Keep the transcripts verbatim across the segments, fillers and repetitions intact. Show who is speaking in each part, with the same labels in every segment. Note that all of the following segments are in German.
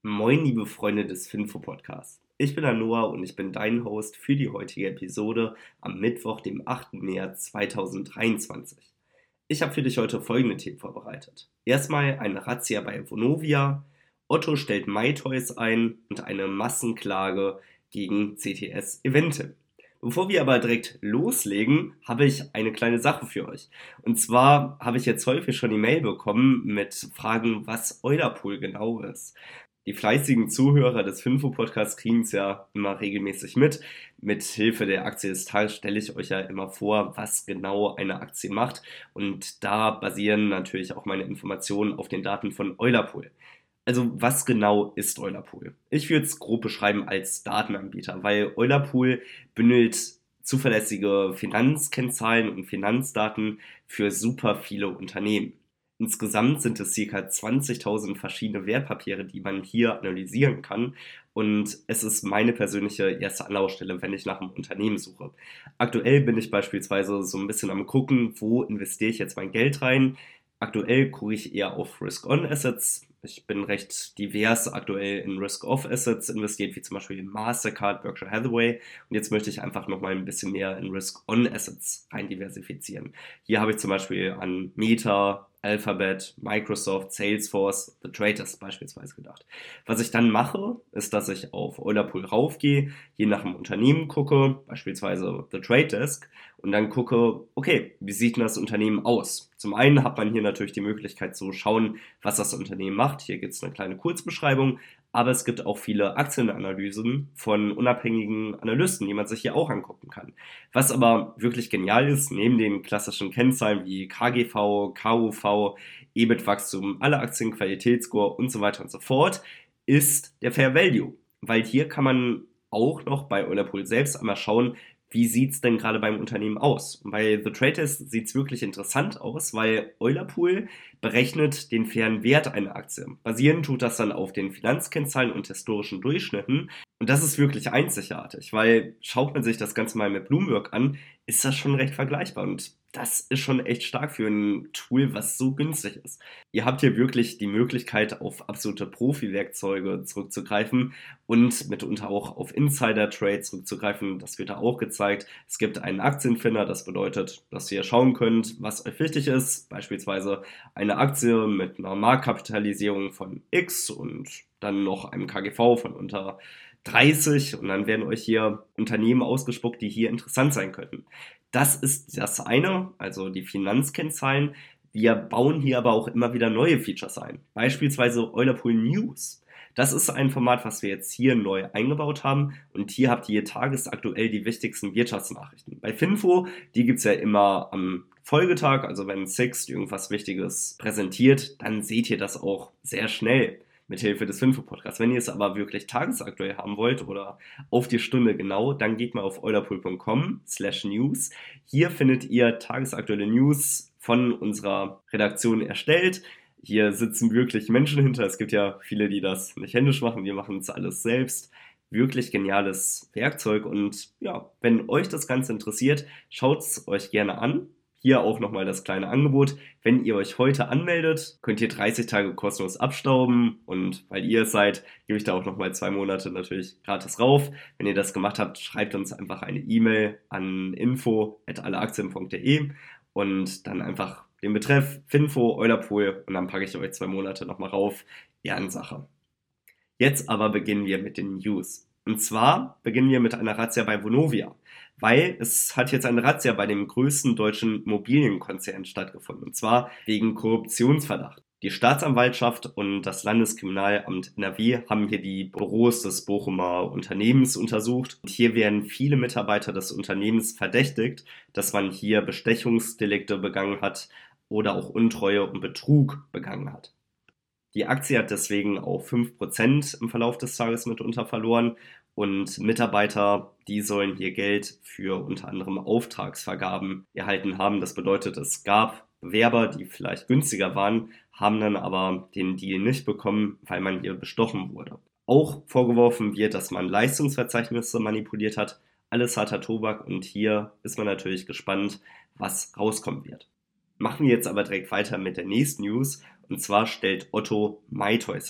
Speaker 1: Moin, liebe Freunde des Finfo-Podcasts. Ich bin der Noah und ich bin dein Host für die heutige Episode am Mittwoch, dem achten März zweitausenddreiundzwanzig. Ich habe für dich heute folgende Themen vorbereitet. Erstmal eine Razzia bei Vonovia, Otto stellt MyToys ein und eine Massenklage gegen C T S Eventim. Bevor wir aber direkt loslegen, habe ich eine kleine Sache für euch. Und zwar habe ich jetzt häufig schon die Mail bekommen mit Fragen, was Eulerpool genau ist. Die fleißigen Zuhörer des Finfo-Podcasts kriegen es ja immer regelmäßig mit. Mit Hilfe der Aktie des Tages stelle ich euch ja immer vor, was genau eine Aktie macht. Und da basieren natürlich auch meine Informationen auf den Daten von Eulerpool. Also was genau ist Eulerpool? Ich würde es grob beschreiben als Datenanbieter, weil Eulerpool bündelt zuverlässige Finanzkennzahlen und Finanzdaten für super viele Unternehmen. Insgesamt sind es ca. zwanzigtausend verschiedene Wertpapiere, die man hier analysieren kann. Und es ist meine persönliche erste Anlaufstelle, wenn ich nach einem Unternehmen suche. Aktuell bin ich beispielsweise so ein bisschen am gucken, wo investiere ich jetzt mein Geld rein. Aktuell gucke ich eher auf Risk-On-Assets. Ich bin recht divers aktuell in Risk-Off-Assets investiert, wie zum Beispiel in Mastercard, Berkshire Hathaway. Und jetzt möchte ich einfach nochmal ein bisschen mehr in Risk-On-Assets rein diversifizieren. Hier habe ich zum Beispiel an Meta, Alphabet, Microsoft, Salesforce, The Trade Desk beispielsweise gedacht. Was ich dann mache, ist, dass ich auf Eulerpool raufgehe, je nach dem Unternehmen gucke, beispielsweise The Trade Desk, und dann gucke, okay, wie sieht denn das Unternehmen aus? Zum einen hat man hier natürlich die Möglichkeit zu schauen, was das Unternehmen macht. Hier gibt es eine kleine Kurzbeschreibung, aber es gibt auch viele Aktienanalysen von unabhängigen Analysten, die man sich hier auch angucken kann. Was aber wirklich genial ist, neben den klassischen Kennzahlen wie K G V, K U V, E B I T-Wachstum, alle Aktien, Qualitätsscore und so weiter und so fort, ist der Fair Value. Weil hier kann man auch noch bei Eulerpool selbst einmal schauen, wie sieht es denn gerade beim Unternehmen aus? Und bei The Trade Desk sieht es wirklich interessant aus, weil Eulerpool berechnet den fairen Wert einer Aktie. Basieren tut das dann auf den Finanzkennzahlen und historischen Durchschnitten. Und das ist wirklich einzigartig, weil schaut man sich das Ganze mal mit Bloomberg an, ist das schon recht vergleichbar. Und das ist schon echt stark für ein Tool, was so günstig ist. Ihr habt hier wirklich die Möglichkeit, auf absolute Profi-Werkzeuge zurückzugreifen und mitunter auch auf Insider-Trades zurückzugreifen. Das wird da auch gezeigt. Es gibt einen Aktienfinder, das bedeutet, dass ihr schauen könnt, was euch wichtig ist. Beispielsweise eine Aktie mit einer Marktkapitalisierung von X und dann noch einem K G V von unter dreißig, und dann werden euch hier Unternehmen ausgespuckt, die hier interessant sein könnten. Das ist das eine, also die Finanzkennzahlen. Wir bauen hier aber auch immer wieder neue Features ein. Beispielsweise Eulerpool News. Das ist ein Format, was wir jetzt hier neu eingebaut haben. Und hier habt ihr tagesaktuell die wichtigsten Wirtschaftsnachrichten. Bei Finfo, die gibt es ja immer am Folgetag. Also wenn Sixt irgendwas Wichtiges präsentiert, dann seht ihr das auch sehr schnell mit Hilfe des Finfo-Podcasts. Wenn ihr es aber wirklich tagesaktuell haben wollt oder auf die Stunde genau, dann geht mal auf eulerpool punkt com slash news. Hier findet ihr tagesaktuelle News von unserer Redaktion erstellt. Hier sitzen wirklich Menschen hinter. Es gibt ja viele, die das nicht händisch machen. Wir machen es alles selbst. Wirklich geniales Werkzeug. Und ja, wenn euch das Ganze interessiert, schaut es euch gerne an. Hier auch nochmal das kleine Angebot. Wenn ihr euch heute anmeldet, könnt ihr dreißig Tage kostenlos abstauben. Und weil ihr es seid, gebe ich da auch nochmal zwei Monate natürlich gratis rauf. Wenn ihr das gemacht habt, schreibt uns einfach eine E-Mail an info at alleaktien punkt de und dann einfach den Betreff Finfo, Eulerpool, und dann packe ich euch zwei Monate nochmal rauf. Ehrensache. Jetzt aber beginnen wir mit den News. Und zwar beginnen wir mit einer Razzia bei Vonovia, weil es hat jetzt eine Razzia bei dem größten deutschen Immobilienkonzern stattgefunden, und zwar wegen Korruptionsverdacht. Die Staatsanwaltschaft und das Landeskriminalamt N R W haben hier die Büros des Bochumer Unternehmens untersucht. Und hier werden viele Mitarbeiter des Unternehmens verdächtigt, dass man hier Bestechungsdelikte begangen hat oder auch Untreue und Betrug begangen hat. Die Aktie hat deswegen auch fünf Prozent im Verlauf des Tages mitunter verloren, und Mitarbeiter, die sollen hier Geld für unter anderem Auftragsvergaben erhalten haben. Das bedeutet, es gab Bewerber, die vielleicht günstiger waren, haben dann aber den Deal nicht bekommen, weil man hier bestochen wurde. Auch vorgeworfen wird, dass man Leistungsverzeichnisse manipuliert hat. Alles harter Tobak, und hier ist man natürlich gespannt, was rauskommen wird. Machen wir jetzt aber direkt weiter mit der nächsten News, und zwar stellt Otto MyToys ein.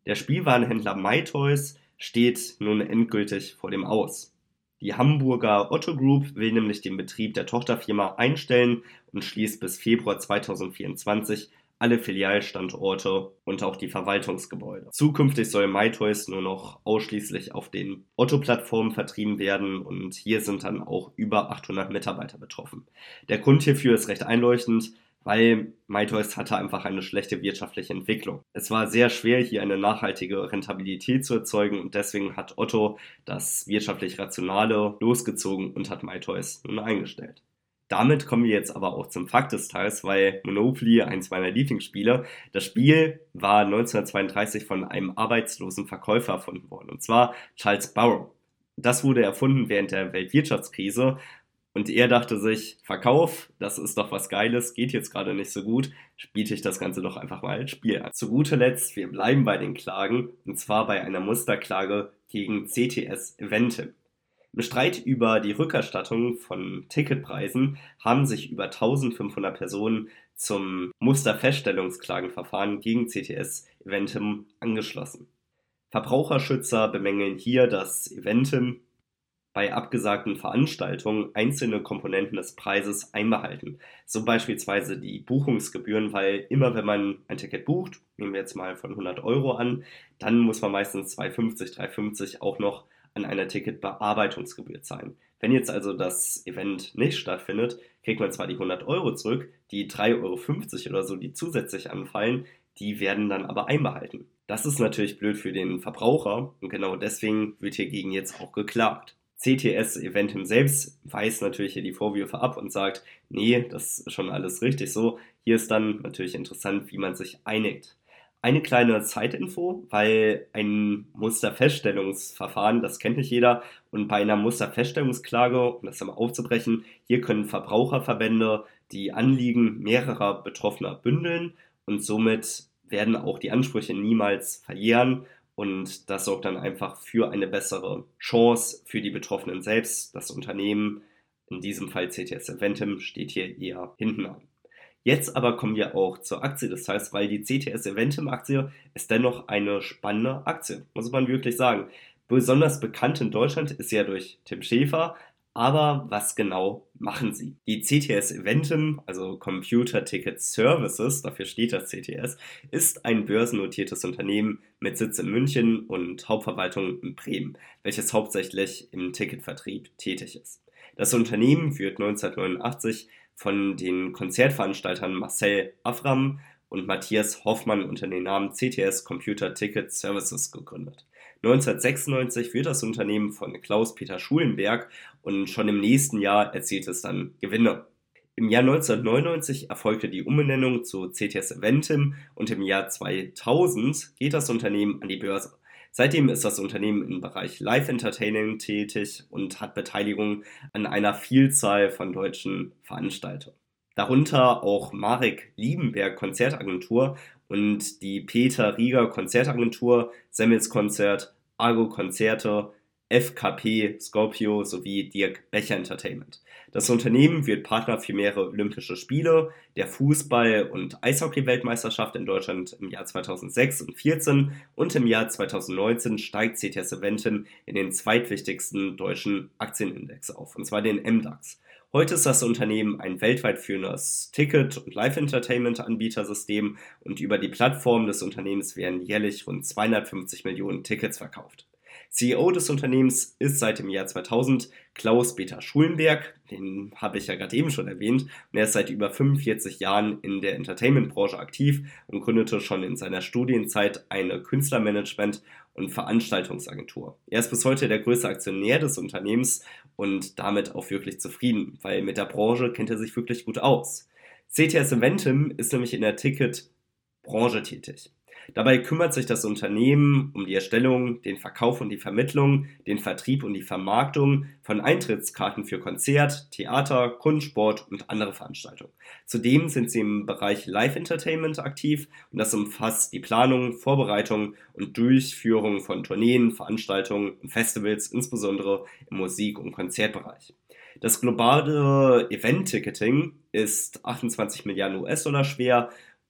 Speaker 1: Der Spielwarenhändler MyToys steht nun endgültig vor dem Aus. Die Hamburger Otto Group will nämlich den Betrieb der Tochterfirma einstellen und schließt bis Februar zweitausendvierundzwanzig alle Filialstandorte und auch die Verwaltungsgebäude. Zukünftig soll MyToys nur noch ausschließlich auf den Otto-Plattformen vertrieben werden und hier sind dann auch über achthundert Mitarbeiter betroffen. Der Grund hierfür ist recht einleuchtend, weil MyToys hatte einfach eine schlechte wirtschaftliche Entwicklung. Es war sehr schwer, hier eine nachhaltige Rentabilität zu erzeugen und deswegen hat Otto das wirtschaftlich Rationale losgezogen und hat MyToys nun eingestellt. Damit kommen wir jetzt aber auch zum Fakt des Tages, weil Monopoly, eins meiner Lieblingsspiele, das Spiel war neunzehnhundertzweiunddreißig von einem arbeitslosen Verkäufer erfunden worden, und zwar Charles Barrow. Das wurde erfunden während der Weltwirtschaftskrise und er dachte sich, Verkauf, das ist doch was Geiles, geht jetzt gerade nicht so gut, biete ich das Ganze doch einfach mal als Spiel an. Zu guter Letzt, wir bleiben bei den Klagen, und zwar bei einer Musterklage gegen C T S Eventim. Im Streit über die Rückerstattung von Ticketpreisen haben sich über eintausendfünfhundert Personen zum Musterfeststellungsklagenverfahren gegen C T S Eventim angeschlossen. Verbraucherschützer bemängeln hier, dass Eventim bei abgesagten Veranstaltungen einzelne Komponenten des Preises einbehalten, so beispielsweise die Buchungsgebühren, weil immer wenn man ein Ticket bucht, nehmen wir jetzt mal von hundert Euro an, dann muss man meistens zweihundertfünfzig, dreihundertfünfzig auch noch an einer Ticketbearbeitungsgebühr zahlen. Wenn jetzt also das Event nicht stattfindet, kriegt man zwar die hundert Euro zurück, die drei Euro fünfzig oder so, die zusätzlich anfallen, die werden dann aber einbehalten. Das ist natürlich blöd für den Verbraucher und genau deswegen wird hiergegen jetzt auch geklagt. C T S Eventim selbst weist natürlich hier die Vorwürfe ab und sagt, nee, das ist schon alles richtig so. Hier ist dann natürlich interessant, wie man sich einigt. Eine kleine Zeitinfo, weil ein Musterfeststellungsverfahren, das kennt nicht jeder, und bei einer Musterfeststellungsklage, um das einmal aufzubrechen, hier können Verbraucherverbände die Anliegen mehrerer Betroffener bündeln und somit werden auch die Ansprüche niemals verjähren. Und das sorgt dann einfach für eine bessere Chance für die Betroffenen selbst. Das Unternehmen, in diesem Fall C T S Eventim, steht hier eher hinten an. Jetzt aber kommen wir auch zur Aktie des Tages, weil die C T S Eventim Aktie ist dennoch eine spannende Aktie, muss man wirklich sagen. Besonders bekannt in Deutschland ist sie ja durch Tim Schäfer, aber was genau machen sie? Die C T S Eventim, also Computer Ticket Services, dafür steht das C T S, ist ein börsennotiertes Unternehmen mit Sitz in München und Hauptverwaltung in Bremen, welches hauptsächlich im Ticketvertrieb tätig ist. Das Unternehmen wird neunzehnhundertneunundachtzig von den Konzertveranstaltern Marcel Afram und Matthias Hoffmann unter dem Namen C T S Computer Ticket Services gegründet. neunzehnhundertsechsundneunzig wird das Unternehmen von Klaus-Peter Schulenberg und schon im nächsten Jahr erzielt es dann Gewinne. Im Jahr neunzehnhundertneunundneunzig erfolgte die Umbenennung zu C T S Eventim und im Jahr zweitausend geht das Unternehmen an die Börse. Seitdem ist das Unternehmen im Bereich Live-Entertaining tätig und hat Beteiligung an einer Vielzahl von deutschen Veranstaltungen. Darunter auch Marek Liebenberg Konzertagentur und die Peter Rieger Konzertagentur, Semmels Konzert, Argo Konzerte, F K P Scorpio sowie Dirk Becher Entertainment. Das Unternehmen wird Partner für mehrere Olympische Spiele, der Fußball- und Eishockey-Weltmeisterschaft in Deutschland im Jahr zweitausendsechs und zweitausendvierzehn und im Jahr zweitausendneunzehn steigt C T S Eventim in den zweitwichtigsten deutschen Aktienindex auf, und zwar den M DAX. Heute ist das Unternehmen ein weltweit führendes Ticket- und Live-Entertainment-Anbietersystem und über die Plattform des Unternehmens werden jährlich rund zweihundertfünfzig Millionen Tickets verkauft. C E O des Unternehmens ist seit dem Jahr zweitausend Klaus-Peter Schulenberg, den habe ich ja gerade eben schon erwähnt, und er ist seit über fünfundvierzig Jahren in der Entertainment-Branche aktiv und gründete schon in seiner Studienzeit eine Künstlermanagement- und Veranstaltungsagentur. Er ist bis heute der größte Aktionär des Unternehmens und damit auch wirklich zufrieden, weil mit der Branche kennt er sich wirklich gut aus. C T S Eventim ist nämlich in der Ticketbranche tätig. Dabei kümmert sich das Unternehmen um die Erstellung, den Verkauf und die Vermittlung, den Vertrieb und die Vermarktung von Eintrittskarten für Konzert, Theater, Kunstsport und andere Veranstaltungen. Zudem sind sie im Bereich Live-Entertainment aktiv und das umfasst die Planung, Vorbereitung und Durchführung von Tourneen, Veranstaltungen und Festivals, insbesondere im Musik- und Konzertbereich. Das globale Event-Ticketing ist achtundzwanzig Milliarden U S-Dollar schwer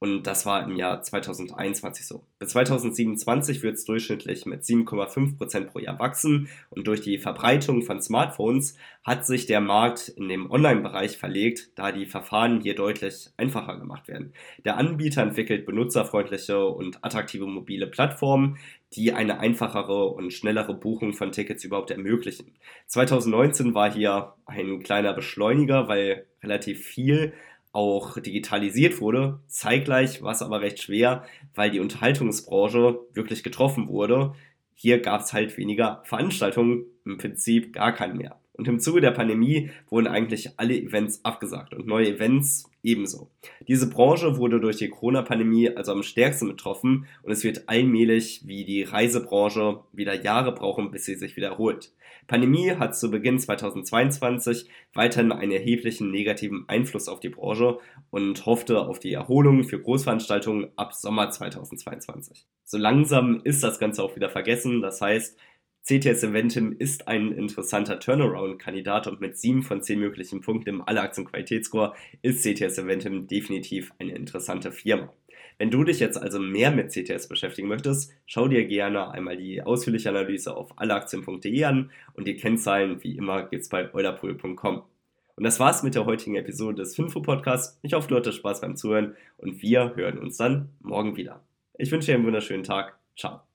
Speaker 1: Und das war im Jahr zweitausendeinundzwanzig so. Bis zweitausendsiebenundzwanzig wird es durchschnittlich mit sieben Komma fünf Prozent pro Jahr wachsen. Und durch die Verbreitung von Smartphones hat sich der Markt in den Online-Bereich verlegt, da die Verfahren hier deutlich einfacher gemacht werden. Der Anbieter entwickelt benutzerfreundliche und attraktive mobile Plattformen, die eine einfachere und schnellere Buchung von Tickets überhaupt ermöglichen. zweitausendneunzehn war hier ein kleiner Beschleuniger, weil relativ viel auch digitalisiert wurde. Zeitgleich war es aber recht schwer, weil die Unterhaltungsbranche wirklich getroffen wurde. Hier gab es halt weniger Veranstaltungen, im Prinzip gar keine mehr. Und im Zuge der Pandemie wurden eigentlich alle Events abgesagt und neue Events ebenso. Diese Branche wurde durch die Corona-Pandemie also am stärksten betroffen und es wird allmählich wie die Reisebranche wieder Jahre brauchen, bis sie sich wieder erholt. Pandemie hat zu Beginn zweitausendzweiundzwanzig weiterhin einen erheblichen negativen Einfluss auf die Branche und hoffte auf die Erholung für Großveranstaltungen ab Sommer zweitausendzweiundzwanzig. So langsam ist das Ganze auch wieder vergessen, das heißt, C T S Eventim ist ein interessanter Turnaround-Kandidat und mit sieben von zehn möglichen Punkten im Alle-Aktien-Qualitätsscore ist C T S Eventim definitiv eine interessante Firma. Wenn du dich jetzt also mehr mit C T S beschäftigen möchtest, schau dir gerne einmal die ausführliche Analyse auf alleaktien punkt de an und die Kennzahlen wie immer gibt's bei eulerpool punkt com. Und das war's mit der heutigen Episode des Finfo-Podcasts. Ich hoffe, du hattest Spaß beim Zuhören und wir hören uns dann morgen wieder. Ich wünsche dir einen wunderschönen Tag. Ciao.